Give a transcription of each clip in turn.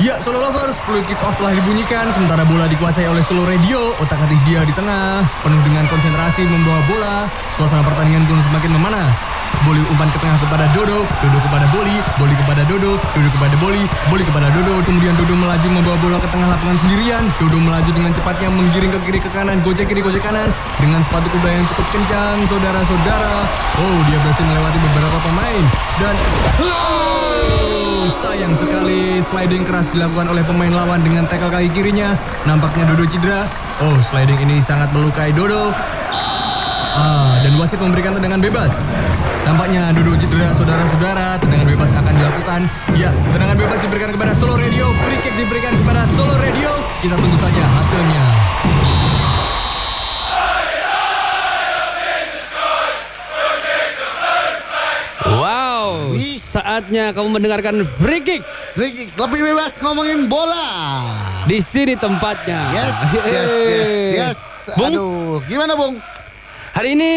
Ya, Solo Lovers, peluit kick off telah dibunyikan sementara bola dikuasai oleh Solo Radio. Otak-atik dia di tengah, penuh dengan konsentrasi membawa bola. Suasana pertandingan pun semakin memanas. Boli umpan ke tengah kepada Dodo, Dodo kepada Boli kepada Dodo, Dodo kepada Boli kepada Dodo. Kemudian Dodo melaju membawa bola ke tengah lapangan sendirian. Dodo melaju dengan cepatnya menggiring ke kiri ke kanan, gocek kiri gocek kanan dengan sepatu kuda yang cukup kencang, saudara-saudara. Oh, dia berhasil melewati beberapa pemain dan sayang sekali sliding keras dilakukan oleh pemain lawan dengan tackle kaki kirinya. Nampaknya Dodo cedera. Oh, sliding ini sangat melukai Dodo. Dan wasit memberikan tendangan bebas. Nampaknya Dodo cedera, saudara-saudara. Tendangan bebas akan dilakukan. Ya, tendangan bebas diberikan kepada Solo Radio. Free kick diberikan kepada Solo Radio. Kita tunggu saja hasilnya. Wow, saatnya kamu mendengarkan free kick. Free kick, lebih bebas ngomongin bola. Di sini tempatnya. Yes. Bung? Aduh, gimana Bung? Hari ini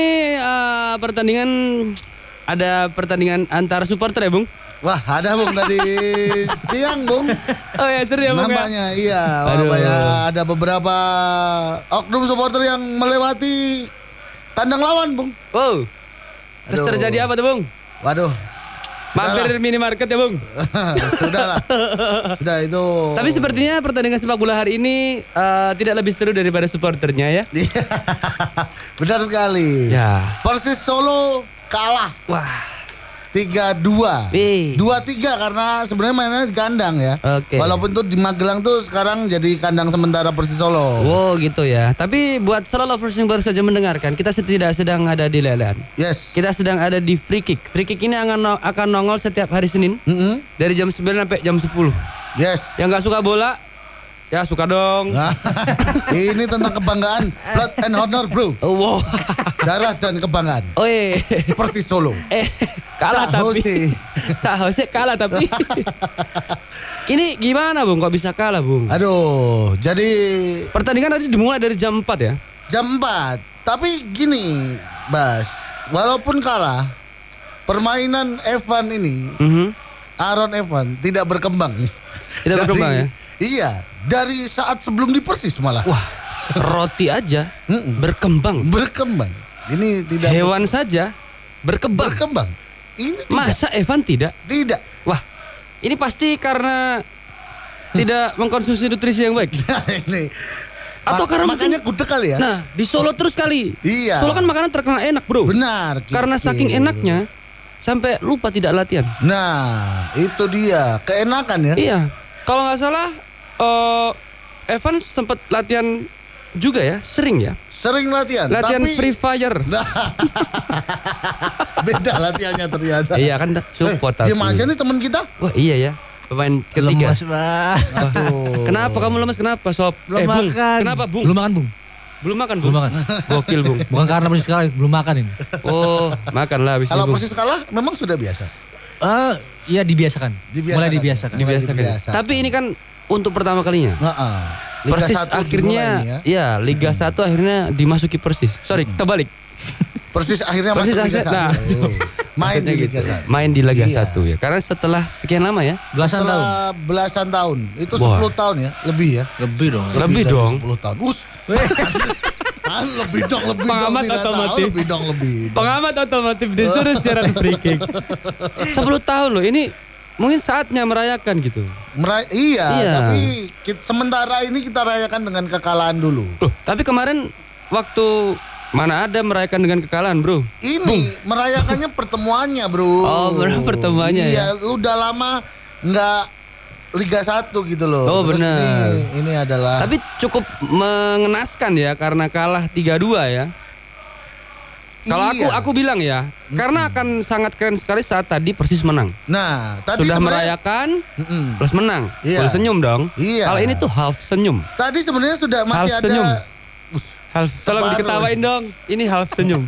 ada pertandingan antara supporter ya, Bung? Wah, ada Bung tadi siang Bung. Oh ya, seru ya Bung. Nampaknya iya. Ada beberapa oknum supporter yang melewati kandang lawan Bung. Wow. Terus terjadi apa tuh, Bung? Waduh. Mampir minimarket ya, Bung? Sudahlah. Sudah itu. Tapi sepertinya pertandingan sepak bola hari ini tidak lebih seru daripada supporternya ya. Benar sekali. Ya. Persis Solo kalah. Wah. 3-2. 2-3 karena sebenarnya mainnya di kandang ya. Oke. Walaupun tuh di Magelang tuh sekarang jadi kandang sementara Persis Solo. Wow, gitu ya. Tapi buat Solo Lovers yang baru saja mendengarkan, kita tidak sedang ada di Lelan. Yes. Kita sedang ada di free kick. Free kick ini akan nongol setiap hari Senin. Dari jam 9 sampai jam 10. Yes. Yang nggak suka bola, ya suka dong. Ini tentang kebanggaan, blood and honor bro. Oh, wow. Darah dan kebanggaan. Oh Persis Solo. Kalah tapi. Seharusnya kalah tapi. Ini gimana Bung? Kok bisa kalah Bung? Aduh, jadi pertandingan tadi dimulai dari jam 4 ya? Jam 4. Tapi gini, Bas, walaupun kalah, permainan Evan ini, Aaron Evan tidak berkembang. Tidak berkembang ya? Iya, dari saat sebelum di Persis malah. Wah, roti aja berkembang. Berkembang. Ini tidak hewan saja berkembang. Berkembang. Ini tidak. Masa Evan tidak? Tidak. Wah, ini pasti karena tidak mengkonsumsi nutrisi yang baik. Nah, ini. Atau karena makanya gudeg kali ya? Nah, di Solo terus kali. Iya. Solo kan makanan terkenal enak, Bro. Benar. Karena saking enaknya sampai lupa tidak latihan. Nah, itu dia, keenakan ya. Iya. Kalau nggak salah Evan sempat latihan juga ya, sering ya. Sering latihan. Tapi Free Fire. Beda latihannya ternyata. Iya kan support. Dia aja nih teman kita. Wah iya ya. Pemain ketiga. Lemas, Bang. Kenapa kamu lemas? Kenapa, Sob? Belum Bung. makan. Kenapa, Bung? Belum makan, Bung. Belum makan, Bung. Belum makan. Gokil, Bung. Bukan karena persis kalah, belum makan ini. Oh, makanlah habis ini, Kalau Bung. Persis kalah memang sudah biasa. Iya dibiasakan. Mulai dibiasakan. Tapi ini kan untuk pertama kalinya. Liga Persis 1 akhirnya ya Liga 1 akhirnya dimasuki Persis. Sorry, terbalik. Persis akhirnya Persis masuk Liga 1. nah. Main di Liga 1. Main di Liga 1 ya. Karena setelah sekian lama ya, belasan tahun. Itu 10 tahun ya, lebih ya. Lebih dong. Lebih dong. 10 tahun. Lebih dong. Pengamat tidak tahu, otomotif. lebih dong. Pengamat otomotif disuruh siaran free kick. 10 tahun loh. Ini mungkin saatnya merayakan gitu. Iya, tapi sementara ini kita rayakan dengan kekalahan dulu. Loh, tapi kemarin waktu mana ada merayakan dengan kekalahan, Bro? Ini merayakannya pertemuannya, Bro. Oh, pertemuannya ya. Iya, udah lama nggak Liga 1 gitu loh. Oh, terus benar. Ini adalah. Tapi cukup mengenaskan ya karena kalah 3-2 ya. Kalau aku bilang ya, karena akan sangat keren sekali saat tadi Persis menang. Nah, tadi sudah merayakan plus menang. Iya. Full senyum dong. Iya. Kalau ini tuh half senyum. Tadi sebenarnya sudah masih half ada senyum. Half, tolong diketawain dong. Ini half senyum.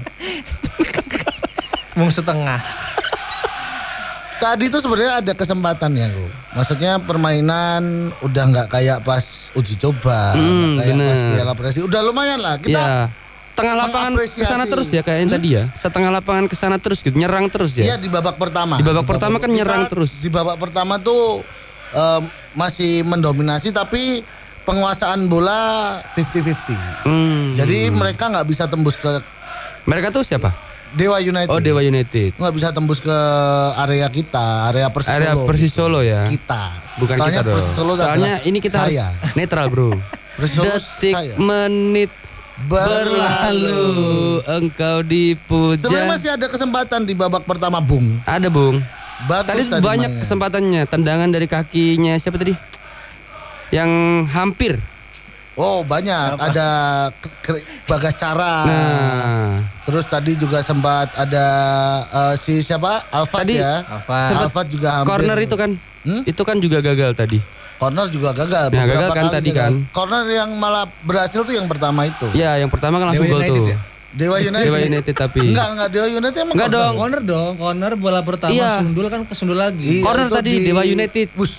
Mung setengah. Tadi tuh sebenarnya ada kesempatan ya, Lu. Maksudnya permainan udah nggak kayak pas uji coba, nggak kayak pas Piala Presiden. Udah lumayan lah kita. Ya. Setengah lapangan kesana terus ya kayaknya tadi ya. Setengah lapangan kesana terus gitu, nyerang terus ya. Iya di babak pertama. Di babak pertama kan nyerang terus. Di babak pertama tuh masih mendominasi tapi penguasaan bola 50-50. Jadi mereka nggak bisa tembus ke. Mereka tuh siapa? Dewa United. Oh, Dewa United. Nggak bisa tembus ke area kita, area Persis Solo. Area Persis Solo ya. Kita. Bukan Soalnya kita dong. Persis Solo Soalnya ini kita harus saya. netral, Bro. Persis Solo Detik saya. menit berlalu engkau dipuja. Sebenarnya masih ada kesempatan di babak pertama, Bung. Ada, Bung. Bagus Tadi banyak mainnya. kesempatannya. Tendangan dari kakinya siapa tadi? Yang hampir. Oh banyak. Ada Bagas Cara. Nah, Terus tadi juga sempat ada si siapa? Alfat Tadi ya. Alfat juga hampir. corner itu kan. Itu kan juga gagal tadi. Corner juga gagal. Nah, beberapa gagal kan kali tadi gagal. kan. Corner yang malah berhasil tuh yang pertama itu. Ya, yang pertama kan langsung Dewa gol United tuh. ya? Dewa United. Dewa United tapi. Enggak Dewa United emang Enggak corner. dong. Corner bola pertama Iya. sundul kan kesundul lagi. Iya, Corner itu tadi, Dewa United. Bus.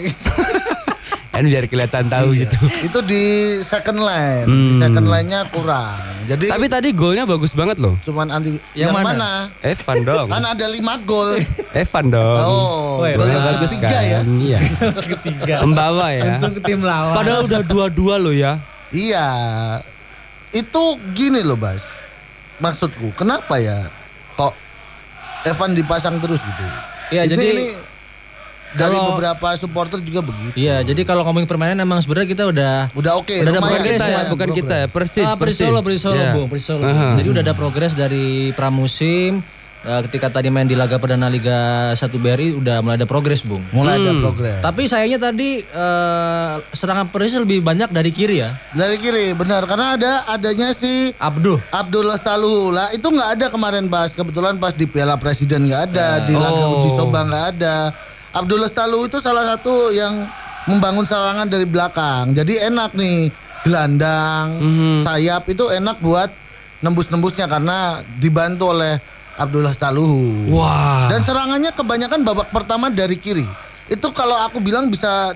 Kan biar kelihatan tahu Iya. gitu. Itu di second line. Di second line-nya kurang. Jadi Tapi tadi golnya bagus banget loh. cuman anti Yang yang mana? mana? Evan dong. Kan ada 5 gol. Evan dong. Oh, iya. gol Golnya yang bagus ketiga kan. ya. Iya. Ketiga. Membawa ya. Untuk tim lawan. Padahal udah 2-2 loh ya. Iya. Itu gini loh, Bas. Maksudku, kenapa ya kok Evan dipasang terus gitu? Iya, ini, jadi ini dari kalau- beberapa supporter juga begitu. Iya, jadi kalau ngomongin permainan emang sebenarnya kita udah Udah oke, Udah ada lumayan. Bukan kita ya, lumayan bukan kita ya. Persis. Persis Solo, Ya. Bung, Persis Solo. Aha. Jadi udah ada progres dari pramusim. Ketika tadi main di laga perdana Liga 1 BRI udah mulai ada progres, Bung. Mulai ada progres. Tapi sayangnya tadi serangan Persis lebih banyak dari kiri ya. Dari kiri, benar. Karena adanya si Abdul Lestaluhula itu nggak ada kemarin, Bas. Kebetulan pas di Piala Presiden nggak ada, di laga uji coba nggak ada. Abdul Lestalu itu salah satu yang membangun serangan dari belakang. Jadi enak nih, gelandang, sayap itu enak buat nembus-nembusnya karena dibantu oleh Abdul Lestaluhu. Wah. Dan serangannya kebanyakan babak pertama dari kiri. Itu kalau aku bilang bisa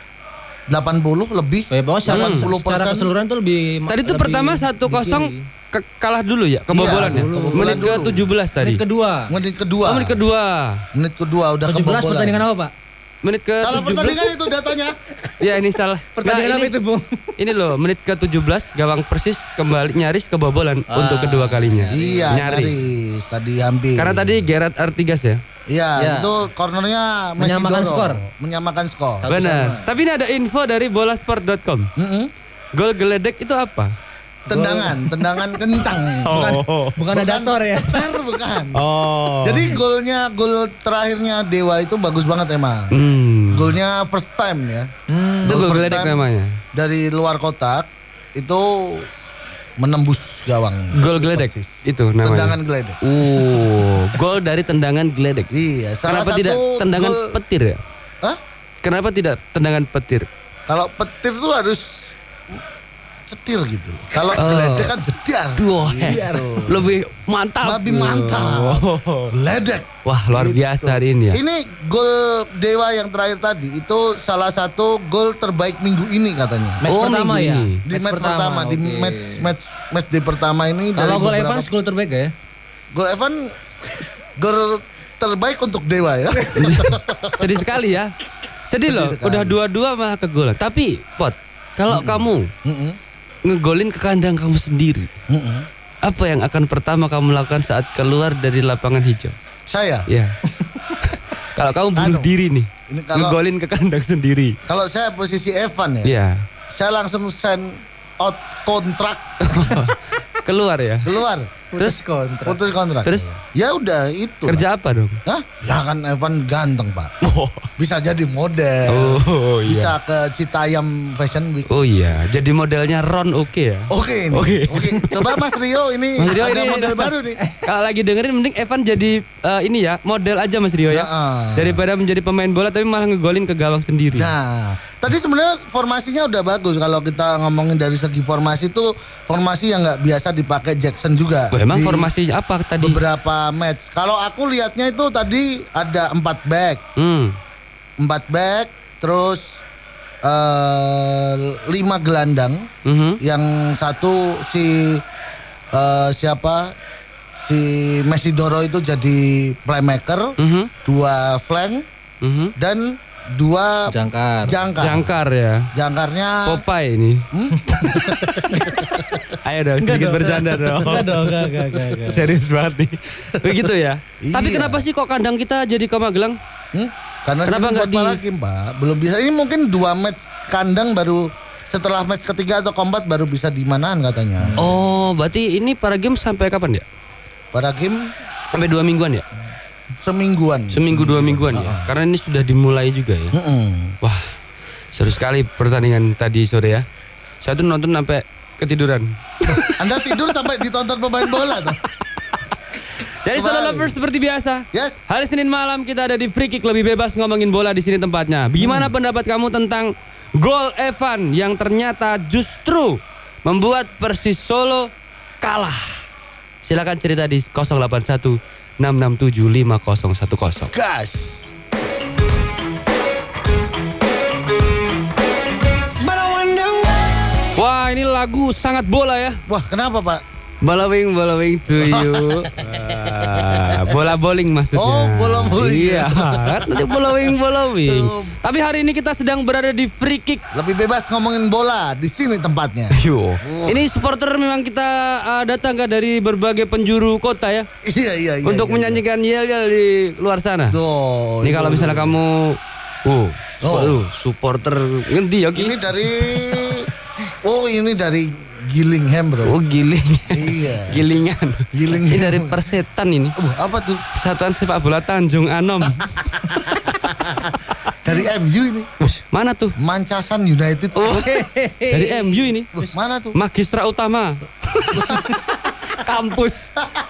80 lebih. Bahwa secara 80%. keseluruhan tuh lebih Tadi tuh lebih pertama di 1-0 kiri. kalah dulu ya, kebobolan ya. kebobolan Menit dulu. ke-17 tadi. Menit kedua. Menit kedua. Oh, menit kedua. Menit kedua udah 17 kebobolan. pertandingan apa, Pak? Menit Kalau ke-17. pertandingan itu datanya. Ya ini salah. Pertandingan apa itu, Bung? Ini loh, menit ke-17 gawang Persis kembali nyaris kebobolan untuk kedua kalinya. Iya, nyaris. nyaris. Tadi hampir. Karena tadi Gerard Artigas ya. Iya, Ya. itu cornernya Messi Menyamakan dorong. skor. Menyamakan skor. Benar. Tapi ini ada info dari bolasport.com. Mm-mm. Gol geledek itu apa? Tendangan kencang. Bukan ada dator ya. Cetar bukan. Oh. Jadi gol terakhirnya Dewa itu bagus banget emang. Golnya first time ya. Itu gol first geledek time namanya. Dari luar kotak itu menembus gawang. Gol geledek Persis. itu namanya. Tendangan geledek. Gol dari tendangan geledek. Iya, salah Kenapa satu tidak tendangan gol- petir ya? Hah? Kenapa tidak tendangan petir? Kalau petir tuh harus cetir gitu. Kalau geledek kan jedar. Wah, Gitu. lebih mantap. Lebih mantap. Geledek. Wah, luar Gitu. biasa hari ini ya. Ini gol Dewa yang terakhir tadi itu salah satu gol terbaik minggu ini katanya. Match pertama minggu ya. ini. Di match pertama, di oke. match day pertama ini Kalau dari gol beberapa- Evans gol terbaik ya? Gol Evan gol terbaik untuk Dewa ya. Sedih sekali ya. Sedih loh, sekali. udah 2-2 malah kegolan. Tapi, Pot, kalau kamu Mm-mm. ngegolin ke kandang kamu sendiri, Mm-mm. apa yang akan pertama kamu lakukan saat keluar dari lapangan hijau? Saya. Ya. Kalau kamu bunuh Anu, diri nih, ini kalau- ngegolin ke kandang sendiri. Kalau saya posisi Evan ya, Ya. saya langsung send out kontrak Keluar ya. keluar, Terus kontrak. putus kontrak. Terus? Ya udah itu. Kerja apa dong? Hah? Ya kan Evan ganteng, Pak. Bisa jadi model. Oh, iya. Bisa ke Citayam Fashion Week. Oh iya, jadi modelnya Ron oke ya. Oke nih. Oke. Oke. Coba Mas Rio ini Mas Rio ada ini- model baru nih. Kalau lagi dengerin mending Evan jadi ini ya, model aja Mas Rio ya. Heeh. Daripada menjadi pemain bola tapi malah ngegolin ke gawang sendiri. Nah, tadi sebenarnya formasinya udah bagus. Kalau kita ngomongin dari segi formasi tuh formasi yang nggak biasa dipakai Jackson juga. Oh, emang Di formasi apa tadi? beberapa match. Kalau aku lihatnya itu tadi ada 4 back, 4 back, terus 5 gelandang. Mhm. Yang satu si siapa? Si Messi Doro itu jadi playmaker, 2 flank Mhm. dan 2 Jangkar. Jangkar ya. Jangkarnya Popeye ini. Ayo dong, sedikit bercanda dong. Enggak. Serius banget nih. Begitu ya. Tapi Iya. kenapa sih kok kandang kita jadi ke Magelang? Karena Kenapa sini nggak buat Parakim, Pak. Belum bisa. Ini mungkin 2 match kandang baru setelah match ketiga atau keempat baru bisa di manaan katanya. Oh, berarti ini para game sampai kapan ya? Parakim Sampai 2 mingguan ya? semingguan. Seminggu 2 mingguan ya. Karena ini sudah dimulai juga ya. Wah, seru sekali pertandingan tadi sore ya. Saya tuh nonton sampai ketiduran. Anda tidur sampai ditonton pemain bola tuh. Jadi Kemarin. Solo Lovers seperti biasa. Yes. Hari Senin malam kita ada di Free Kick, lebih bebas ngomongin bola di sini tempatnya. Gimana pendapat kamu tentang gol Evan yang ternyata justru membuat Persis Solo kalah? Silakan cerita di 081 667 5010. Gas. Wah, ini lagu sangat bola ya. Wah, kenapa, Pak? Ballowing to you. Bola bowling maksudnya. Oh, bola bowling. Iya, kan nanti ballowing. Tuh. Tapi hari ini kita sedang berada di Free Kick. Lebih bebas ngomongin bola, di sini tempatnya. Yo. Ini supporter memang kita datang dari berbagai penjuru kota ya. Iya. Untuk menyanyikan yel-yel di luar sana. Tuh. Ini kalau misalnya kamu supporter ngendi ya Ini dari Gillingham, Bro. Oh, Giling. Iya. Gilingan. Gilingan. Ini dari Persetan ini. Apa tuh? Persatuan Sepak Bola Tanjung Anom. Dari MU ini. Mana tuh? Mancasan United. Dari MU ini. Mana tuh? Magistra Utama. Kampus.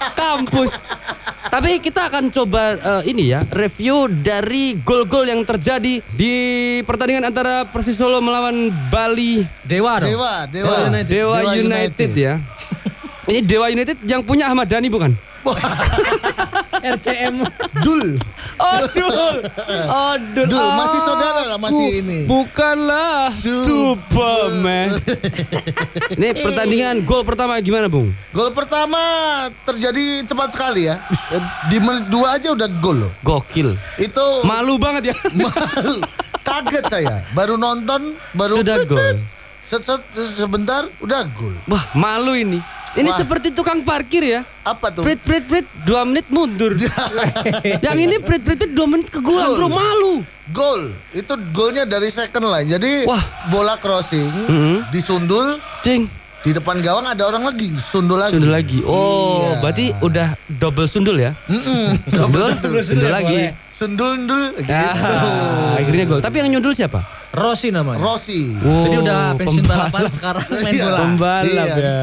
Tapi kita akan coba ini ya, review dari gol-gol yang terjadi di pertandingan antara Persis Solo melawan Bali Dewa dong. Dewa United ya. Ini Dewa United yang punya Ahmad Dhani bukan? RCM. Dul. Aduh. Dul, masih saudara lah, masih ini. Bukanlah Superman. Ini pertandingan gol pertama gimana, Bung? Gol pertama terjadi cepat sekali ya. Di menit 2 aja udah gol loh. Gokil. Itu Malu banget ya. malu. Kaget saya. Baru nonton, baru Sudah gol. Sebentar udah gol. Wah, malu ini. Ini Wah. seperti tukang parkir ya. Apa tuh? Prit 2 menit mundur. Yang ini prit 2 menit ke gol, bro, malu. Gol. Itu golnya dari second line. Jadi Wah. bola crossing, disundul, Ding. di depan gawang ada orang lagi, sundul lagi. Sundul lagi. Oh, Iya. berarti udah double sundul ya? Sundul lagi. Sundul gitu. Akhirnya gol. Tapi yang nyundul siapa? Rossi namanya. Rossi. Oh, Jadi udah pensiun pembalap. balapan sekarang main Iya. bola. Pembalap ya.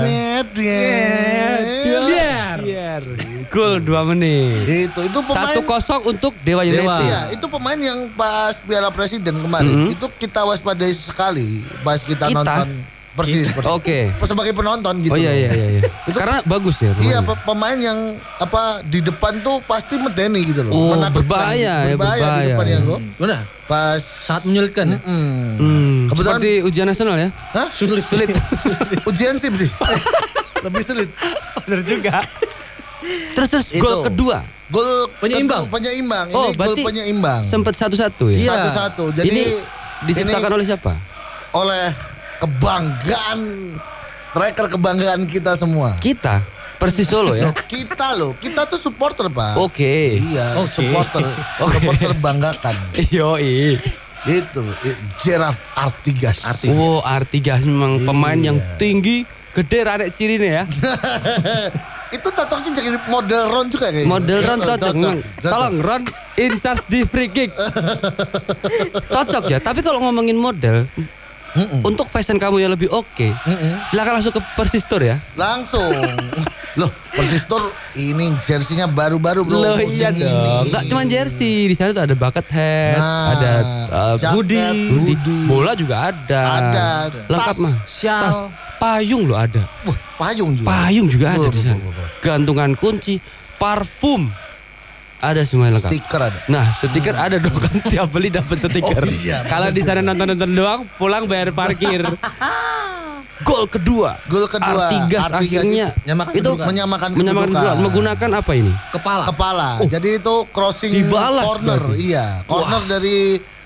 Biar. Gol 2 menit. Itu pemain 1-0 untuk Dewa United. Iya, itu pemain yang pas Piala Presiden kemarin itu kita waspadai sekali pas kita Kita? nonton Persis. Oke. Sebagai penonton gitu. Oh iya. Itu Karena bagus ya. iya pemainnya. pemain yang di depan tuh pasti medeni gitu loh. Oh, Menakutkan. berbahaya ya, Berbahaya di depan ya kok. Udah. Pas Sangat menyulitkan. ya? Kebetulan- Seperti ujian nasional ya. Hah? Sulit. Ujian SIM sih. Lebih sulit. Bener juga. Terus Itu. gol kedua. Gol Penyeimbang. Penyeimbang. Oh, Ini gol berarti penyeimbang. sempat 1-1 ya. Iya. 1-1. Jadi Ini diciptakan ini oleh siapa? oleh kebanggaan striker kebanggaan kita semua. Kita, Persis Solo ya. Kita tuh supporter, Pak. Oke. Iya, Oke. supporter banggakan. Yoi. Itu Gerard Artigas. Oh, Artigas memang pemain yang tinggi, gede, rada cirine ya. Itu cocoknya jadi model Ron juga kayaknya. Model Ron cocok. Memang. Tolong Ron in charge di free kick. Cocok ya. Tapi kalau ngomongin model, untuk fashion kamu yang lebih oke, silakan langsung ke Persistor ya. Langsung. Loh, Persistor ini jersinya baru-baru, Bro. Loh iya Musim dong. ini. Enggak cuma jersey, di sana tuh ada bucket hat, Nah, ada jaket, hoodie, hoodie. bola juga ada. Ada. Lengkap Tas, mah. Syal. Tas, payung lo ada. Wah, payung juga. Payung juga ada Wah, di sana. wah. Gantungan kunci, parfum. Ada semuanya lengkap. Stiker ada. Nah, stiker ada dong kan, tiap beli dapat stiker. Oh, iya. Kalau di sana nonton-nonton doang, pulang bayar parkir. Gol kedua. Artigas akhirnya Menyamakan itu kedudukan. Menyamakan kedudukan. Menggunakan apa ini? Kepala. Kepala. Jadi itu crossing Dibalas corner. berarti. Iya, corner dari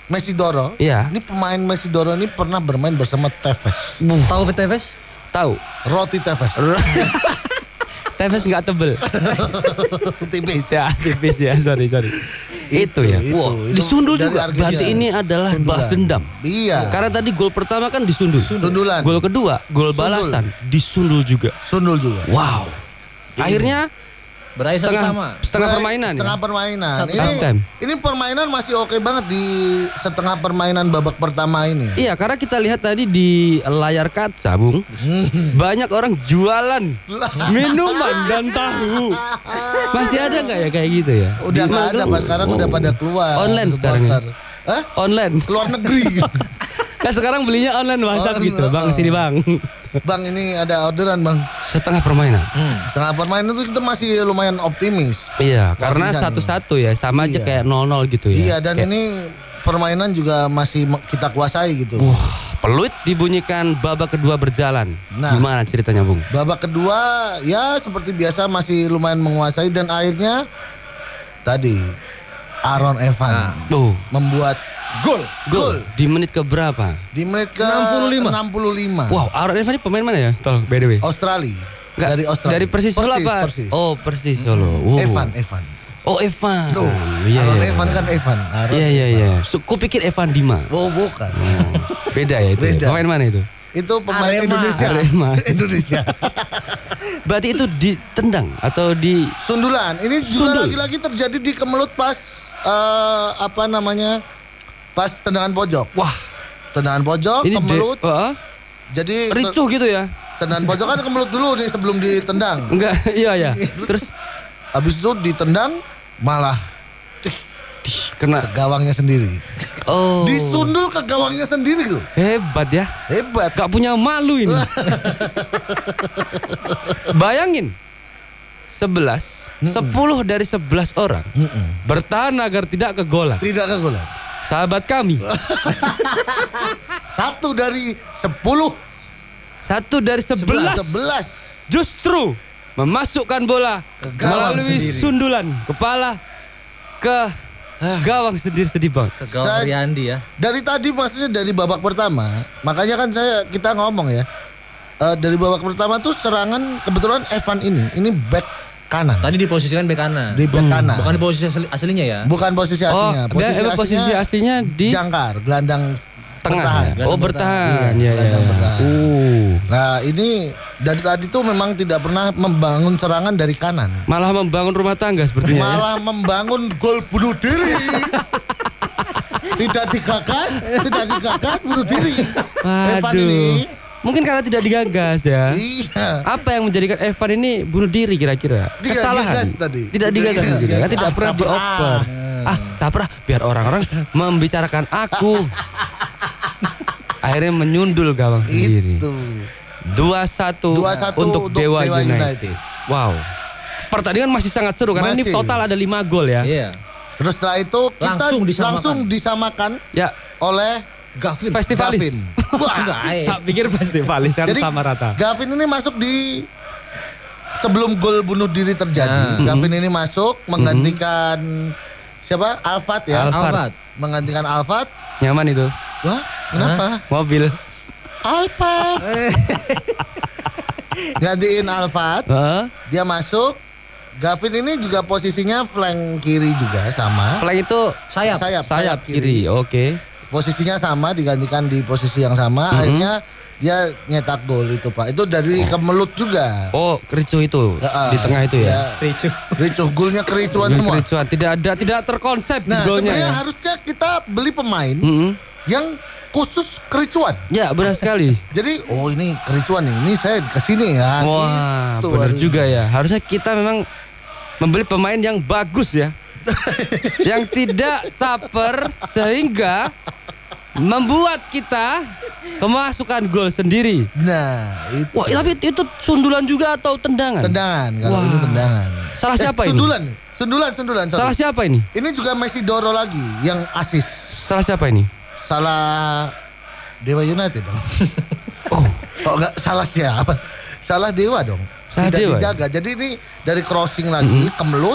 Mesidoro. Iya. Ini pemain Mesidoro ini pernah bermain bersama Tevez. Tahu Tevez? Tahu. Roti Tevez. Tevez nggak tebel. Tipis. Ya, tipis ya. Sorry. Itu ya. Wow, itu disundul dari juga. Argentina. Berarti ini adalah balas dendam. Iya. Karena tadi gol pertama kan disundul. Sundulan. Gol kedua, gol Sundul. balasan disundul juga. Sundul juga. Wow. Akhirnya Berakhir sama. setengah permainan. Setengah Ya? permainan. Half time. Ini permainan masih oke banget di setengah permainan babak pertama ini. Iya, karena kita lihat tadi di layar kaca, Bung, banyak orang jualan minuman dan tahu. Masih ada nggak ya kayak gitu ya? Udah nggak ada, Pak. Sekarang udah pada keluar. Online sekarang ya? supporter. Hah? Online. Keluar negeri. Kan sekarang belinya online WhatsApp Online, gitu, Bang, sini Bang. Bang, ini ada orderan, Bang. Setengah permainan. Setengah permainan itu kita masih lumayan optimis. Iya, Nggak karena bisa nih. 1-1 ya, sama aja Iya. kayak 0-0 gitu ya. Iya, dan ini permainan juga masih kita kuasai gitu. Peluit dibunyikan, babak kedua berjalan. Nah. Gimana ceritanya, Bung? Babak kedua ya seperti biasa masih lumayan menguasai dan akhirnya tadi Aaron Evan Tuh, membuat gol Gol. di menit ke berapa? di menit ke 65. 65. Wow, Aaron Evan ini pemain mana ya? Tolong, by the way. Australia. Nggak, Dari Australia. Dari Persis Solo apa? Persis. Oh, Persis Solo. Wow. Evan. Oh, Evan. Tuh. Iya, Aaron iya. Evan kan Evan. Aaron Iya. Evan. Kupikir Evan Dima. Oh, bukan. Beda ya itu. Beda. Pemain mana itu? Itu pemain Arema. Indonesia. Arema. Indonesia. Berarti itu ditendang atau di Sundulan. Ini juga Sundul. lagi-lagi terjadi di Kemelut pas pas tendangan pojok. wah, Tendangan pojok, ini Kemelut. Jadi ricuh gitu ya? tendangan pojok kan Kemelut dulu nih sebelum ditendang. Enggak, iya. Terus Habis itu ditendang malah kena. ke gawangnya sendiri. Oh. Disundul ke gawangnya sendiri loh. Hebat ya. Hebat. Gak punya malu ini. Bayangin 10 dari 11 orang bertahan agar tidak kegolan. Tidak kegolan. Sahabat kami, 1 dari 10. 1 dari 11 justru memasukkan bola Ke gawang melalui sendiri. sundulan kepala ke gawang sendiri-sendiri, Bang. Ke gawang Riyandi ya. Dari tadi maksudnya dari babak pertama. Makanya kan kita ngomong ya. Dari babak pertama tuh serangan kebetulan Evan ini back kanan. Tadi diposisikan bek kanan. Di back kanan. Bukan di posisi aslinya ya. Bukan posisi aslinya. Posisi aslinya di jangkar, gelandang tengah. bertahan. Ya? Oh, bertahan. Iya, Ya. gelandang bertahan. Nah, Nah, ini dari tadi tuh memang tidak pernah membangun serangan dari kanan. malah membangun rumah tangga sepertinya. Ya? Malah membangun gol bunuh diri. Tidak digagas bunuh diri. Evan ini. Mungkin karena tidak digagas ya. Iya. Apa yang menjadikan Evan ini bunuh diri kira-kira? Tidak Kesalahan. digagas tadi. Tidak digagas Tidak juga. Kan digagas. tidak pernah caper, dioper. Caprah biar orang-orang membicarakan aku. Akhirnya menyundul gawang sendiri. Itu. 2-1 untuk Dewa United. Wow. Pertandingan masih sangat seru karena ini Masih. total ada 5 gol ya. Iya. Terus setelah itu kita Langsung disamakan. Ya, oleh Gavin. festivalis. Gavin. Wah, Tak pikir festivalis kan jadi sama rata. Gavin ini masuk di sebelum gol bunuh diri terjadi. Gavin ini masuk menggantikan siapa? Alfat ya. Alfat. Menggantikan Alfat. Nyaman itu. Wah, kenapa? Mobil. Alfat. Gantiin Alfat. Heeh. Dia masuk. Gavin ini juga posisinya flank kiri juga sama. Flank itu Sayap. sayap kiri. Oke. Posisinya sama, digantikan di posisi yang sama. Akhirnya dia nyetak gol itu, Pak. Itu dari Kemelut juga. Oh, kericuh itu di tengah itu ya. Ricuh, golnya kericuan semua. Kericuhan tidak terkonsep Nah, di golnya sebenarnya ya. harusnya kita beli pemain yang khusus kericuan. Ya, benar sekali. Jadi, oh ini kericuan nih, ini saya kesini ya. Wah, gitu benar harusnya. juga ya. Harusnya kita memang membeli pemain yang bagus ya. Yang tidak caper sehingga membuat kita kemasukan gol sendiri. Nah, itu. Wah, tapi itu sundulan juga atau tendangan? Tendangan, kalau Wah. ini tendangan. Salah siapa ini? Sundulan. sorry. Salah siapa ini? Ini juga Mesidoro lagi yang asis. Salah siapa ini? Salah Dewa United dong. Oh, Kok nggak salah siapa? Salah Dewa dong. Salah Tidak Dewa, dijaga. Jadi ini dari crossing lagi, Kemelut.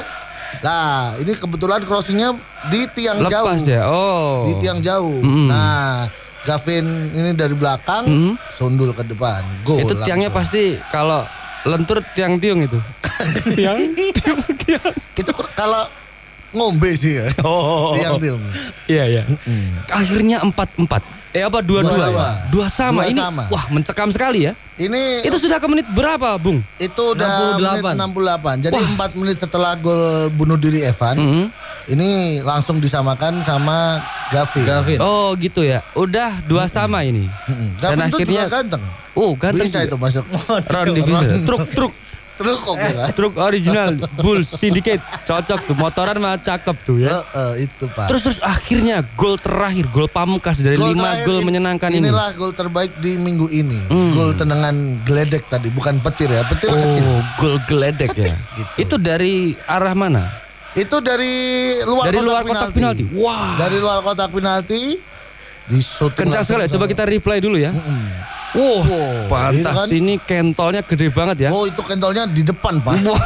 Nah, ini kebetulan crossingnya di tiang jauh. Lepas ya. Oh. Di tiang jauh. Nah, Gavin ini dari belakang sundul ke depan. Gol. Itu tiangnya pasti kalau lentur tiang-tiung itu. Tiang. Itu kalau ngombe sih ya. Oh. Tiang-tiung. Iya. Akhirnya 4-4. Apa 2-2 ya? 2 sama. Ini sama. Wah, mencekam sekali ya. Ini Itu sudah ke menit berapa, Bung? itu udah 68. Menit 68. Jadi 4 menit setelah gol bunuh diri Evan, ini langsung disamakan sama Gavin. Oh, gitu ya. Udah 2 sama ini. Gavin Dan tuh akhirnya juga ganteng. ganteng. Bisa juga. itu masuk. Ronde bisa. Truk. Truk oke lah. Truk original Bulls Syndicate. Cocok tuh, motoran mah cakep tuh ya. Itu Pak. Terus akhirnya gol terakhir, gol pamungkas dari 5 gol menyenangkan ini. Inilah gol terbaik di minggu ini. Gol tendangan geledek tadi, bukan petir ya. Petir kecil. Oh, gol geledek ya. Gitu. Itu dari arah mana? Itu dari luar kotak penalti. Wah. Dari luar kotak penalti di shoot Kencang sekali ya. Coba kita replay dulu ya. Wow, pantas kan? ini kentolnya gede banget ya. Oh, itu kentolnya di depan, Pak. Wah.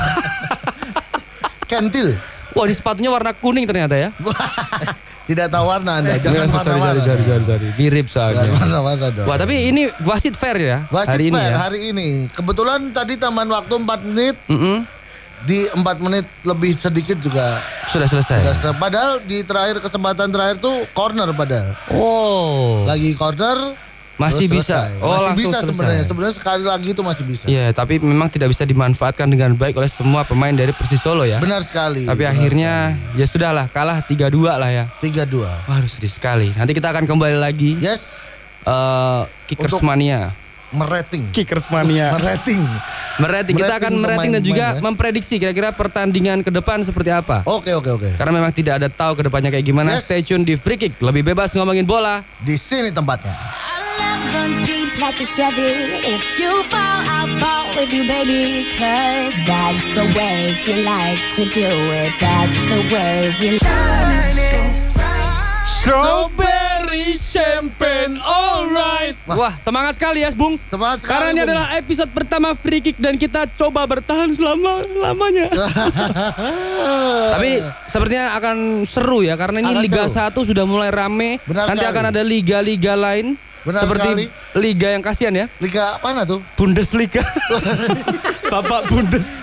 Kentil. Wah, ini sepatunya warna kuning ternyata ya. Tidak tahu warna Anda, jangan warna-warna. Sorry. Mirip soalnya. Jangan warna-warna dong. Wah, tapi ini wasit fair ya Wasit hari ini fair ya. hari ini. Kebetulan tadi tambahan waktu 4 menit. Di 4 menit lebih sedikit juga Sudah selesai. Padahal di kesempatan terakhir tuh corner padahal. Oh. Lagi corner Masih terus bisa. selesai. Oh, masih langsung bisa sebenarnya. selesai. Sebenarnya sekali lagi itu masih bisa. Iya, tapi memang tidak bisa dimanfaatkan dengan baik oleh semua pemain dari Persis Solo ya. Benar sekali. Tapi akhirnya ya sudahlah, kalah 3-2 lah ya. 3-2. Waduh, sedih sekali. Nanti kita akan kembali lagi. Yes. Kickers Untuk Mania. Merating. Kickers Mania. Merating. Kita akan merating dan juga memprediksi kira-kira pertandingan ke depan seperti apa. Oke. Karena memang tidak ada tahu ke depannya kayak gimana. Yes. Stay tune di Free Kick. Lebih bebas ngomongin bola. Di sini tempatnya. Runs deep like a Chevy. If you fall, I'll fall with you, baby. 'Cause that's the way we like to do it. That's the way we like it. Strawberry champagne, alright. Wah, semangat sekali ya, Bung. Semangat sekali, Karena ini Bung. adalah episode pertama Free Kick dan kita coba bertahan selama-lamanya. Tapi sepertinya akan seru ya, karena ini Akan Liga seru. 1 sudah mulai rame. Benar Nanti sekali. akan ada liga-liga lain. Benar seperti sekali. liga yang kasihan ya. Liga mana tuh? Bundesliga. Bapak Bundes.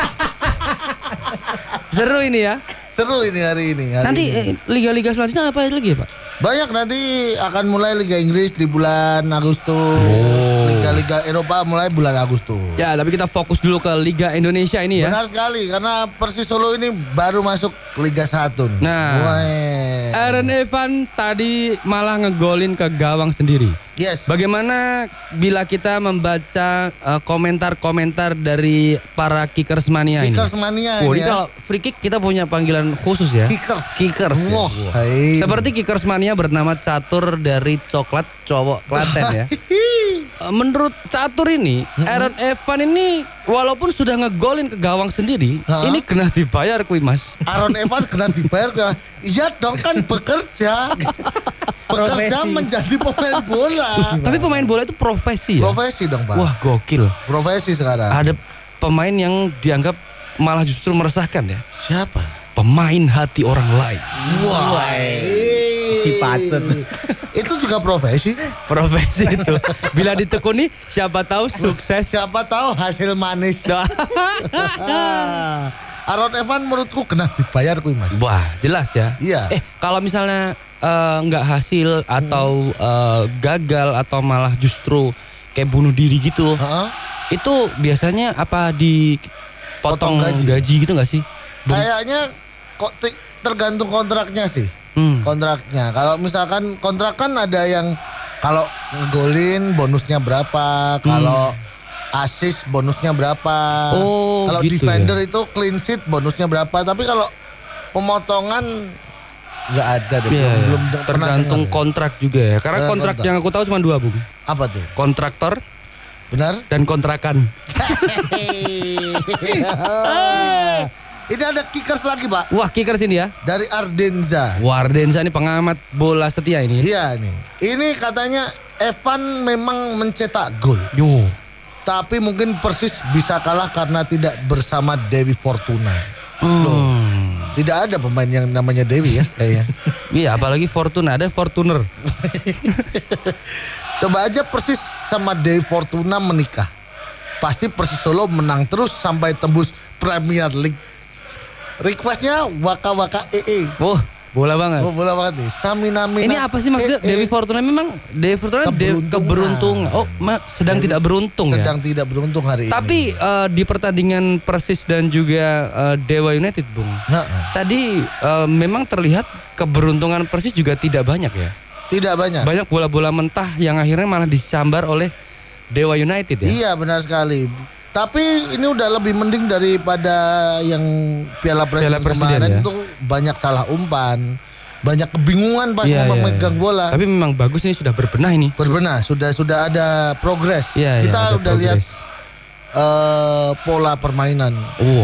Seru ini ya. Seru ini hari ini. Nanti liga-liga selanjutnya apa lagi ya, Pak? Banyak nanti akan mulai Liga Inggris di bulan Agustus. Liga-liga Eropa mulai bulan Agustus. Ya, tapi kita fokus dulu ke Liga Indonesia ini ya. Benar sekali, karena Persis Solo ini baru masuk Liga 1 nih. Nah, Aaron Evan tadi malah ngegolin ke gawang sendiri. Yes. Bagaimana bila kita membaca komentar-komentar dari para Kickers Mania ini? Kickers Mania Oh, ini ini ya. kalau free kick kita punya panggilan khusus ya. Kickers. Ya. Wah, hai. Seperti Kickers Mania bernama Catur dari Coklat Cowok Klaten ya. Menurut Catur ini, Aaron Evan ini walaupun sudah ngegolin ke gawang sendiri, ini kena dibayar kuy Mas. Aaron Evans kena dibayar. Iya dong, kan bekerja. Bekerja menjadi pemain bola. Tapi pemain bola itu profesi ya. Profesi dong, Pak. Wah, gokil. Profesi sekarang. Ada pemain yang dianggap malah justru meresahkan ya. Siapa? Pemain hati orang lain. Wah. Si patut. Itu juga profesi. Profesi itu. Bila ditekuni, siapa tahu sukses. Siapa tahu hasil manis. Aaron Evan menurutku kena dibayar kuy Mas. Wah, jelas ya. Iya. Kalau misalnya nggak hasil atau gagal atau malah justru kayak bunuh diri gitu, itu biasanya apa dipotong gaji gitu nggak sih? Kayaknya kok tergantung kontraknya sih. Kontraknya. Kalau misalkan kontrak kan ada yang kalau ngegolin bonusnya berapa, kalau assist bonusnya berapa. Oh, kalau gitu defender ya? itu clean sheet bonusnya berapa. Tapi kalau pemotongan nggak ada deh. Iya, Belum tergantung pernah kontrak juga ya. Karena kontrak kontrak. yang aku tahu cuma 2, Bung. apa tuh? Kontraktor Benar? dan kontrakan. Ini ada kickers lagi, Pak. Wah, kickers ini ya. Dari Ardenza. Wardenza ini pengamat bola setia ini. Iya nih. Ini katanya Evan memang mencetak gol. Yo. Tapi mungkin Persis bisa kalah karena tidak bersama Dewi Fortuna. Loh, Tidak ada pemain yang namanya Dewi ya kayaknya. Iya, apalagi Fortuna, ada Fortuner. Coba aja Persis sama Dewi Fortuna menikah. Pasti Persis Solo menang terus sampai tembus Premier League. Requestnya waka-waka EE. Oh, bola banget. Oh, bola banget nih. Samina-mina. Ini apa sih maksudnya Dewi Fortuna? Memang Dewi Fortuna keberuntungan. Oh, sedang tidak beruntung ya. Sedang tidak beruntung hari ini. Tapi di pertandingan Persis dan juga Dewa United, Bung. Tadi memang terlihat keberuntungan Persis juga tidak banyak ya. Tidak banyak. Banyak bola-bola mentah yang akhirnya malah disambar oleh Dewa United ya. Iya, benar sekali. Tapi ini udah lebih mending daripada yang Piala Presiden kemarin ya. Itu banyak salah umpan, banyak kebingungan pas memegang bola. Tapi memang bagus ini sudah berbenah ini. Berbenah, sudah ada progres. Kita udah lihat pola permainan.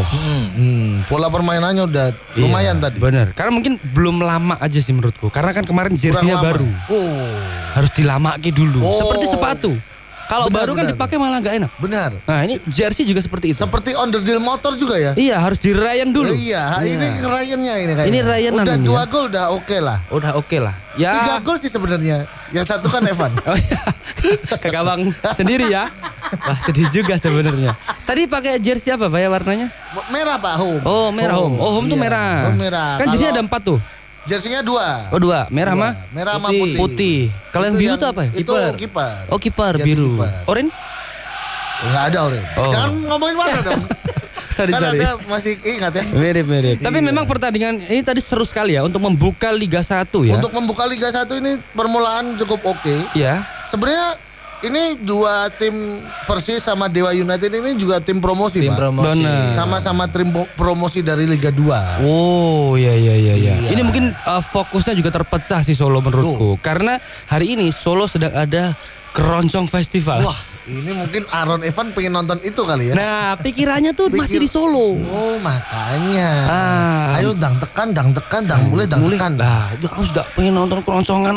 Pola permainannya udah lumayan tadi. Benar. Karena mungkin belum lama aja sih menurutku. Karena kan kemarin jersey-nya baru. Harus dilamaki dulu. Seperti sepatu. Kalau baru kan dipakai malah gak enak. Benar. Nah ini jersey juga seperti itu. Seperti onderdil motor juga ya. Iya, harus dirayan dulu. Iya, ini rayannya ini kayaknya. Ini rayanan. Udah 2 gol udah oke lah. Udah oke lah. Ya. 3 gol sih sebenarnya. Yang satu kan Evan. Oh iya. Ke gawang sendiri ya. Wah, sedih juga sebenarnya. Tadi pakai jersey apa Pak ya warnanya? Merah Pak, home. Oh, merah home. Oh, home tuh merah. Home merah. Kan jersey ada 4 tuh. Jersinya 2. Oh 2, merah mah? Merah sama putih. Kalau yang biru tuh apa ya? Itu kiper. Oh kiper biru. Orange? Enggak ada orange. Jangan ngomongin warna dong. Sorry. Ada masih ingat ya. Mirip. Tapi memang pertandingan ini tadi seru sekali ya untuk membuka Liga 1 ya. Untuk membuka Liga 1 ini permulaan cukup oke. Iya. Sebenarnya ini 2 tim Persis sama Dewa United ini juga tim promosi, Pak. Benar. Sama-sama tim promosi dari Liga 2. Oh, iya. Ini mungkin fokusnya juga terpecah sih Solo menurutku. Karena hari ini Solo sedang ada Keroncong Festival. Wah, ini mungkin Aaron Evan pengen nonton itu kali ya. Nah, pikirannya tuh masih di Solo. Oh, makanya. Ayo dang tekan, mulai dang tekan. Nah, itu harus pengen nonton keroncongan.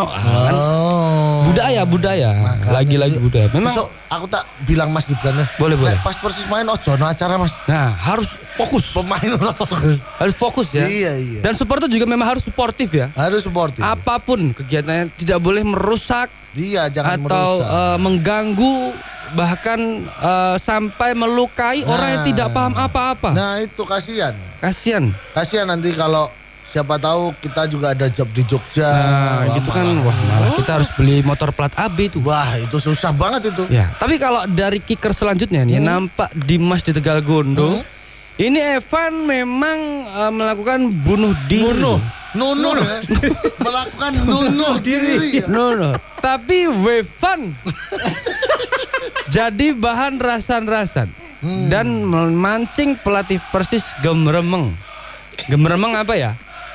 Budaya. Makanya, Lagi-lagi budaya. Memang aku tak bilang Mas Gibran ya. Boleh. Pas Persis main ojono acara Mas. Nah, harus fokus. Pemain fokus. Harus fokus ya. Iya. Dan supporter juga memang harus suportif ya. Harus suportif. Apapun kegiatannya tidak boleh merusak. Iya, jangan atau merusak. Mengganggu bahkan sampai melukai orang yang tidak paham apa-apa. Nah, itu kasihan. Kasihan nanti kalau siapa tahu kita juga ada job di Jogja. Nah, gitu kan malah kita harus beli motor plat AB tuh. Wah, itu susah banget itu. Ya, tapi kalau dari kicker selanjutnya nih nampak Dimas di Tegal Gondo. Ini Evan memang melakukan bunuh diri. Nunuh melakukan nunuh diri. Tapi Wevan jadi bahan rasan-rasan dan memancing pelatih Persis gemeremeng. Gemeremeng apa ya?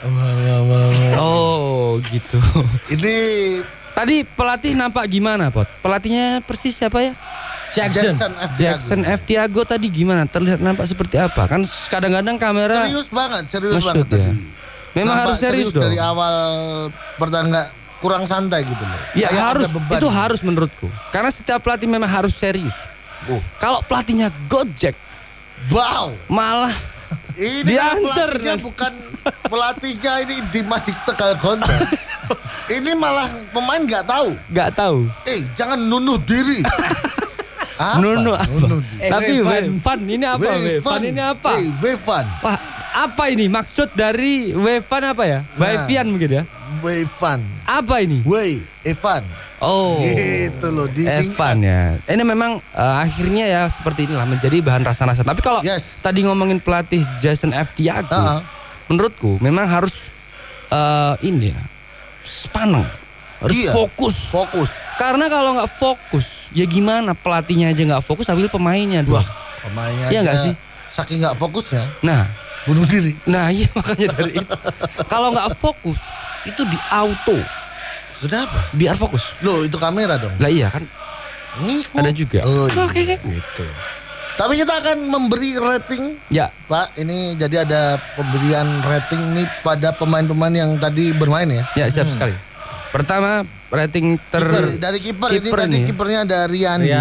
Oh gitu. Ini tadi pelatih nampak gimana Pot? Pelatihnya Persis siapa ya? Jackson F. Tiago tadi gimana? Terlihat nampak seperti apa? Kan kadang-kadang kamera serius banget ya. tadi. Memang nampak harus serius dong. Dari awal pertandingan kurang santai gitu loh. Ya harus, itu harus menurutku. Karena setiap pelatih memang harus serius. Kalau pelatihnya Gojek, wow, malah ini diantar pelatihnya bukan pelatihnya ini Dimas di Tegal Gondo. Ini malah pemain nggak tahu. Jangan nunuh diri. Nunuh apa? Tapi Wevan ini apa? Wevan ini apa? Wevan. Wah, apa ini maksud dari Wevan apa ya? Wevan mungkin ya? Wevan. Apa ini? Evan. Oh, gitu loh. Evan ya. Ini memang akhirnya ya seperti inilah menjadi bahan rasa-rasa. Tapi kalau tadi ngomongin pelatih Jackson F. Tiago, menurutku memang harus ini ya, sepaneng. Harus fokus. Karena kalau nggak fokus, ya gimana pelatihnya aja nggak fokus, ambil pemainnya dong. Wah, pemainnya aja nggak sih? Saking nggak fokusnya. Nah, bunuh diri. Nah, iya makanya dari itu. Kalau nggak fokus, itu di auto. Kenapa? Biar fokus. Loh, itu kamera dong. Lah iya kan. Ada juga. Oke. Gitu. Tapi kita akan memberi rating. Ya. Pak, ini jadi ada pemberian rating nih pada pemain-pemain yang tadi bermain ya. Ya, siap sekali. Pertama rating dari kiper ini tadi kipernya ada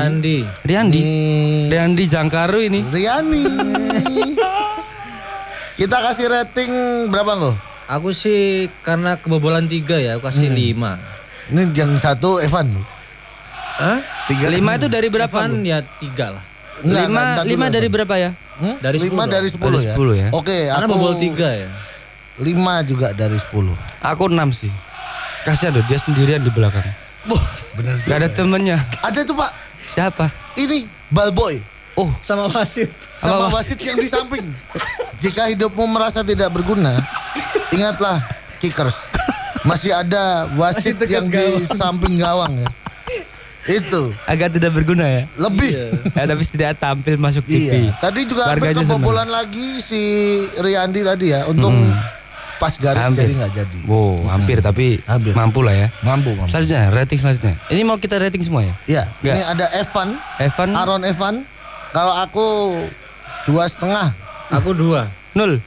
Riyandi Jangkaru ini. Riyandi. Kita kasih rating berapa Nggo? Aku sih karena kebobolan 3 ya, aku kasih 5. Ini yang satu Evan. Hah? 3. 5 itu dari berapa? Evan ya 3 lah. 5 dari berapa ya? Dari 10. 5 dari 10 ya? 10 ya. Oke, Karena aku bobol 3 ya. 5 juga dari 10. Aku 6 sih. Kasihan loh dia sendirian di belakang. Wah, benar sih. Gak ada temennya. Ada tuh Pak. Siapa? Ini Balboy Oh, Sama wasit. sama wasit yang di samping. Jika hidupmu merasa tidak berguna, ingatlah kickers. Masih ada wasit yang di samping gawang ya. Itu agak tidak berguna ya. lebih. Tapi setidaknya tampil masuk TV. Iya. Tadi juga Warganya kebobolan lagi si Riyandi tadi ya. Untung pas garis Hampir. jadi nggak jadi. Wow, hampir tapi Hampir. mampu lah ya. Mampu. Selanjutnya, rating selanjutnya. Ini mau kita rating semua ya? Iya. Nggak. Ini ada Evan, Evan, Aaron Evan. Kalau aku 2,5. Aku 2. 0.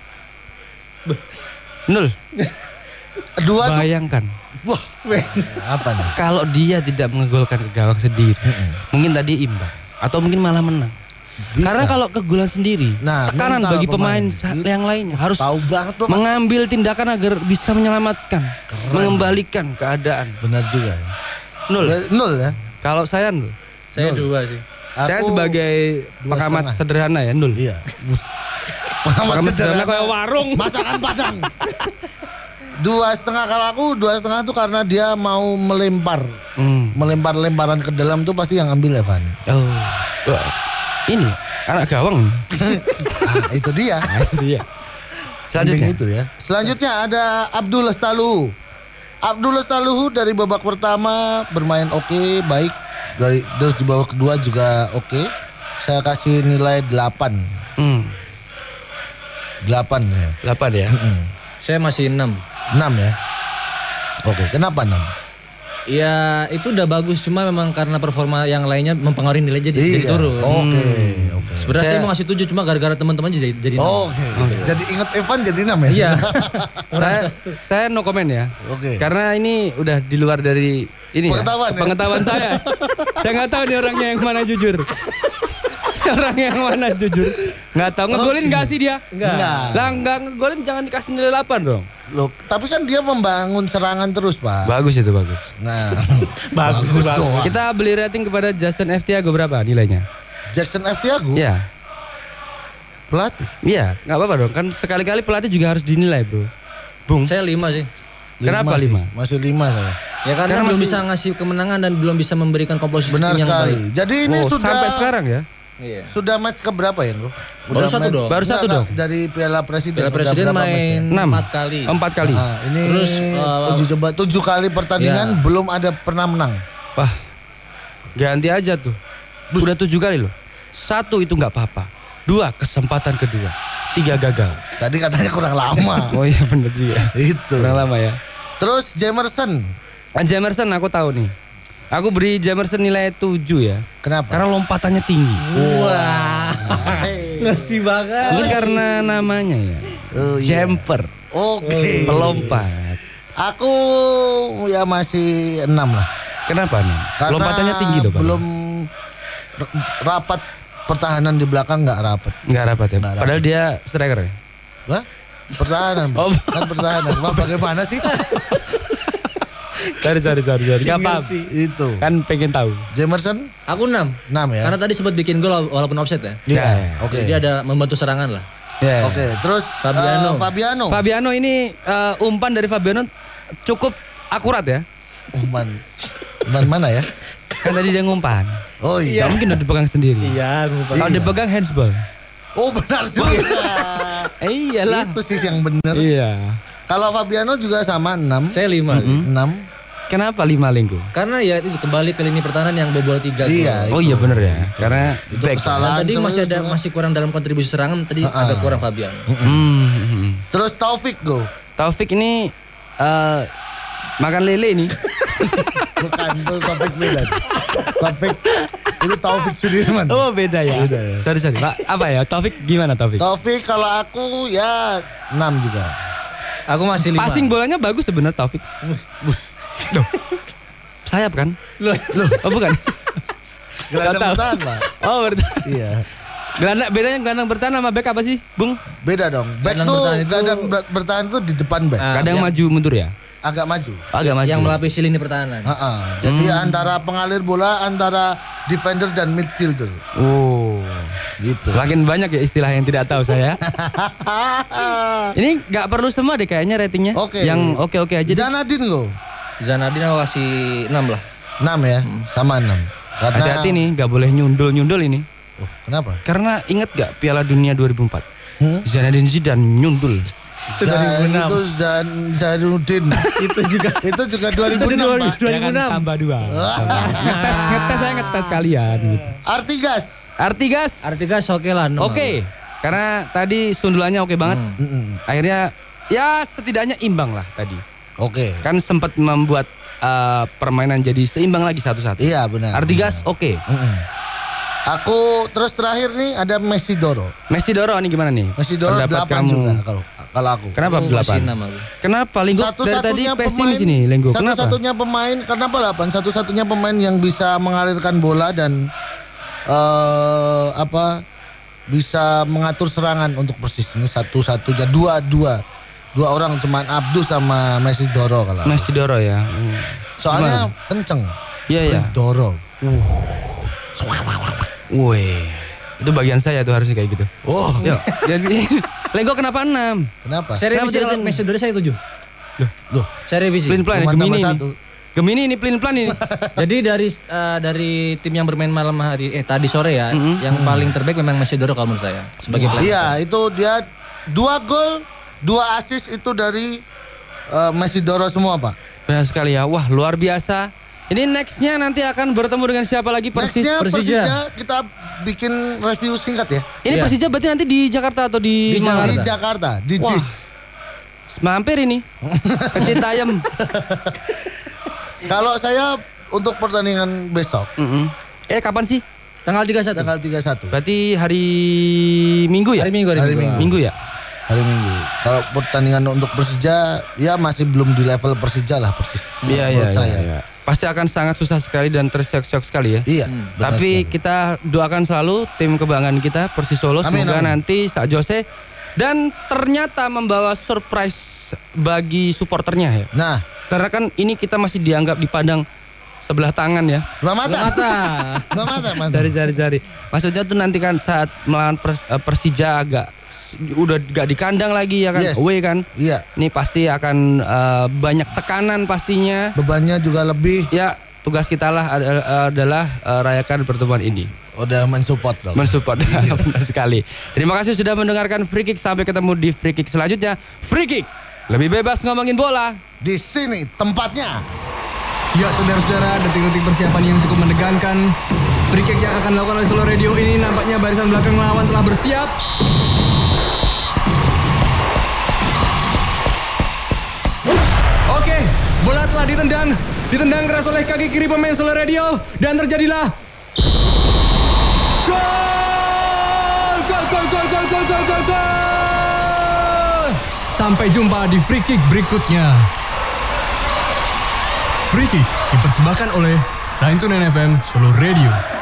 0. 2 tuh. Bayangkan. Wah. Apa nih? Kalau dia tidak mengegolkan ke gawang sendiri, mungkin tadi imbang atau mungkin malah menang. Bisa. Karena kalau kegolan sendiri, Nah, tekanan mental bagi pemain. pemain yang lainnya harus Tahu banget Bapak. mengambil tindakan agar bisa menyelamatkan, mengembalikan keadaan. Benar juga ya. 0. 0 ya. Kalau saya 0. Saya 2 sih. Saya Aku sebagai 2,5. pengamat sederhana ya 0. Iya. Pengamat sederhana kayak warung. Masakan Padang. 2,5 kalau aku 2,5 tuh karena dia mau melempar. Melempar-lemparan ke dalam tuh pasti yang ambil Evan. Oh. Wah, ini anak gawang. Itu dia. Iya. Selanjutnya Selanjutnya. itu ya. Selanjutnya ada Abdul Lestaluhu. Abdul Lestaluhu dari babak pertama bermain oke, baik. Terus di babak kedua juga oke. Saya kasih nilai 8. 8 ya. 8 ya. Saya masih 6. 6 ya. Oke, kenapa 6? Ya itu udah bagus, cuma memang karena performa yang lainnya mempengaruhi nilai jadi turun. Oke. Sebenarnya saya mau ngasih 7 cuma gara-gara teman-teman jadi 6. Oke. Jadi ingat Evan jadi 6 ya? Iya. saya no comment ya. Oke. Karena ini udah di luar dari ini Pengetahuan ya? pengetahuan saya. Saya nggak tahu nih orangnya yang mana jujur. Orang yang mana jujur? Nggak tahu. Ngegolin nggak sih dia? Enggak. Lah nggak ngegolin jangan dikasih nilai 8 dong. Loh, tapi kan dia membangun serangan terus, Pak. Bagus itu bagus. Nah, Bagus. doang. Kita beli rating kepada Justin F. Thiago berapa nilainya? Jackson F. Thiago Iya. pelatih. Iya, nggak apa-apa dong. Kan sekali-kali pelatih juga harus dinilai, Bro. Bung. Saya 5 sih. Kenapa sih. 5? Masih 5 saya. Ya karena belum bisa ngasih kemenangan dan belum bisa memberikan komposisi Benar tim yang sekali. baik. Jadi ini Oh, sudah sampai sekarang ya? Iya. sudah match ke berapa ya, Bro? Baru satu dong. Baru satu dong. Dari Piala Presiden. Piala udah Presiden berapa main match-nya? 6 4 kali. 4 kali. Nah, ini Terus, uji coba 7 kali pertandingan Ya. belum ada pernah menang. Wah, ganti aja tuh. Udah 7 kali loh. 1 itu nggak apa-apa. 2 kesempatan kedua. 3 gagal. Tadi katanya kurang lama. Oh iya bener juga. Itu. Kurang lama ya. Terus Jamerson. Jamerson aku tahu nih. Aku beri Jamerson nilai 7 ya. Kenapa? Karena lompatannya tinggi. Wah. Ngerti banget. Mungkin karena namanya ya. Oh, iya. Jumper. Oke. Pelompat. Aku ya masih 6 lah. Kenapa nih? Karena Lompatannya tinggi loh Pak. belum rapat pertahanan di belakang nggak rapat. Nggak rapat ya. Nggak rapat. Padahal dia striker ya. Wah, pertahanan. Oh. Kan pertahanan. Wah, bagaimana sih? Sorry. Gak apa-apa. Itu. Kan pengen tahu. Jamerson Aku 6. 6 ya. Karena tadi sempat bikin gol walaupun offset ya. Iya. Ya, Oke. Jadi dia ada membantu serangan lah. Ya. Oke, terus Fabiano. Fabiano. Fabiano ini umpan dari Fabiano cukup akurat ya. Umpan mana ya? Kan tadi dia ngumpan. Oh iya. Gak mungkin udah dipegang sendiri. Iya, Kalau Iya. dipegang handsball. Oh benar juga. Iyalah. Itu sih yang benar. Iya. Kalau Fabiano juga sama 6. Saya 5. 6. Kenapa 5 Lingku? Karena ya itu kembali ke lini pertahanan yang bobol 3 gol. Iya. Oh itu. iya bener ya. Karena Itu back. kesalahan. Dan tadi terus, masih kurang dalam kontribusi serangan tadi agak kurang Fabian. Terus Taufik go. Taufik ini makan lele nih. Bukan, itu Taufik beda. Taufik itu Taufik Sudirman. Oh beda ya. Beda ya. Sorry Pak. Apa ya? Taufik gimana Taufik? Taufik kalau aku ya 6 juga. Aku masih 5. Passing bolanya bagus sebenarnya Taufik. Loh. Sayap kan? Loh. Oh bukan. Gelandang Nggak tahu. bertahan, Pak. Oh bertahan. Iya. Bedanya gelandang bertahan sama back apa sih, Bung? Beda dong. Back tuh gelandang bertahan tuh di depan back. Kadang maju mundur ya? Agak maju. Yang melapisi lini pertahanan. Jadi antara pengalir bola, antara defender dan midfielder. Oh, gitu. Semakin banyak ya istilah yang tidak tahu saya. Ini nggak perlu semua deh kayaknya ratingnya. Oke. Yang oke aja deh. Zanadin kasih 6 lah. 6 ya, sama 6. Karena hati-hati nih, nggak boleh nyundul ini. Oh, kenapa? Karena ingat gak Piala Dunia 2004? Zinedine Zidane nyundul. Itu Zainuddin. itu juga 2006, Pak. 2006. Ya kan, tambah 2. Saya ngetes kalian gitu. Artigas oke lah. Oke. Karena tadi sundulannya oke banget. Akhirnya ya setidaknya imbang lah tadi. Oke. Kan sempat membuat permainan jadi seimbang lagi 1-1. Iya benar. Artigas oke. Aku terus terakhir nih ada Messi Doro nih gimana nih? Messi Doro 8 kamu juga kalau aku. Kenapa 8? Kenapa Linggo dari tadi pesimis ini Linggo? Kenapa? Satu-satunya pemain, kenapa 8? Satu-satunya pemain yang bisa mengalirkan bola dan bisa mengatur serangan untuk Persis. Ini satu-satunya dua orang cuman Abdul sama Messi Doro kalau. Messi Doro ya. Soalnya kenceng. Iya. Doro. Wih, itu bagian saya tuh harusnya kayak gitu. Oh. Yuk, jadi Lenggo kenapa 6? Kenapa? Saya revisi kalau Messi Doro saya 7. Loh. Saya revisi. Plan Gemini ini plan ini. Jadi dari tim yang bermain malam hari tadi sore ya, yang paling terbaik memang Messi Doro kalau menurut saya sebagai pelatih. Iya, itu dia 2 gol, 2 assist itu dari Messi Doro semua, Pak. Benar sekali ya. Wah, luar biasa. Ini nextnya nanti akan bertemu dengan siapa lagi? Persija. Kita bikin review singkat ya. Ini Persija berarti nanti di Jakarta atau di Jakarta? Di Jakarta, di JIS. Mampir ini. Ke Citayam. Kalau saya untuk pertandingan besok. Kapan sih? Tanggal 31. Tanggal 31. Berarti hari Minggu ya? Hari Minggu. Minggu ya? Hari Minggu. Kalau pertandingan untuk Persija ya masih belum di level Persija lah Persis. Iya. Pasti akan sangat susah sekali dan tersyok-syok sekali ya. Iya. Tapi kita doakan selalu tim kebanggaan kita Persis Solo semoga nanti Sak Jose dan ternyata membawa surprise bagi supporternya ya. Nah, karena kan ini kita masih dianggap dipandang sebelah tangan ya. Sebelah mata. Cari. Maksudnya tuh nanti kan saat melawan Persija udah gak di kandang lagi ya kan, away kan. Iya. Ini pasti akan banyak tekanan pastinya. Bebannya juga lebih. Ya, tugas kita lah adalah rayakan pertemuan ini. Udah mensupport dong. Benar sekali. Terima kasih sudah mendengarkan Free Kick. Sampai ketemu di Free Kick selanjutnya. Free Kick, lebih bebas ngomongin bola. Di sini tempatnya. Ya saudara-saudara, detik-detik persiapan yang cukup menegangkan. Free Kick yang akan dilakukan oleh Solo Radio ini nampaknya barisan belakang lawan telah bersiap. Oke, bola telah ditendang keras oleh kaki kiri pemain Solo Radio dan terjadilah gol. Sampai jumpa di Free Kick berikutnya. Free Kick dipersembahkan oleh 929 FM Solo Radio.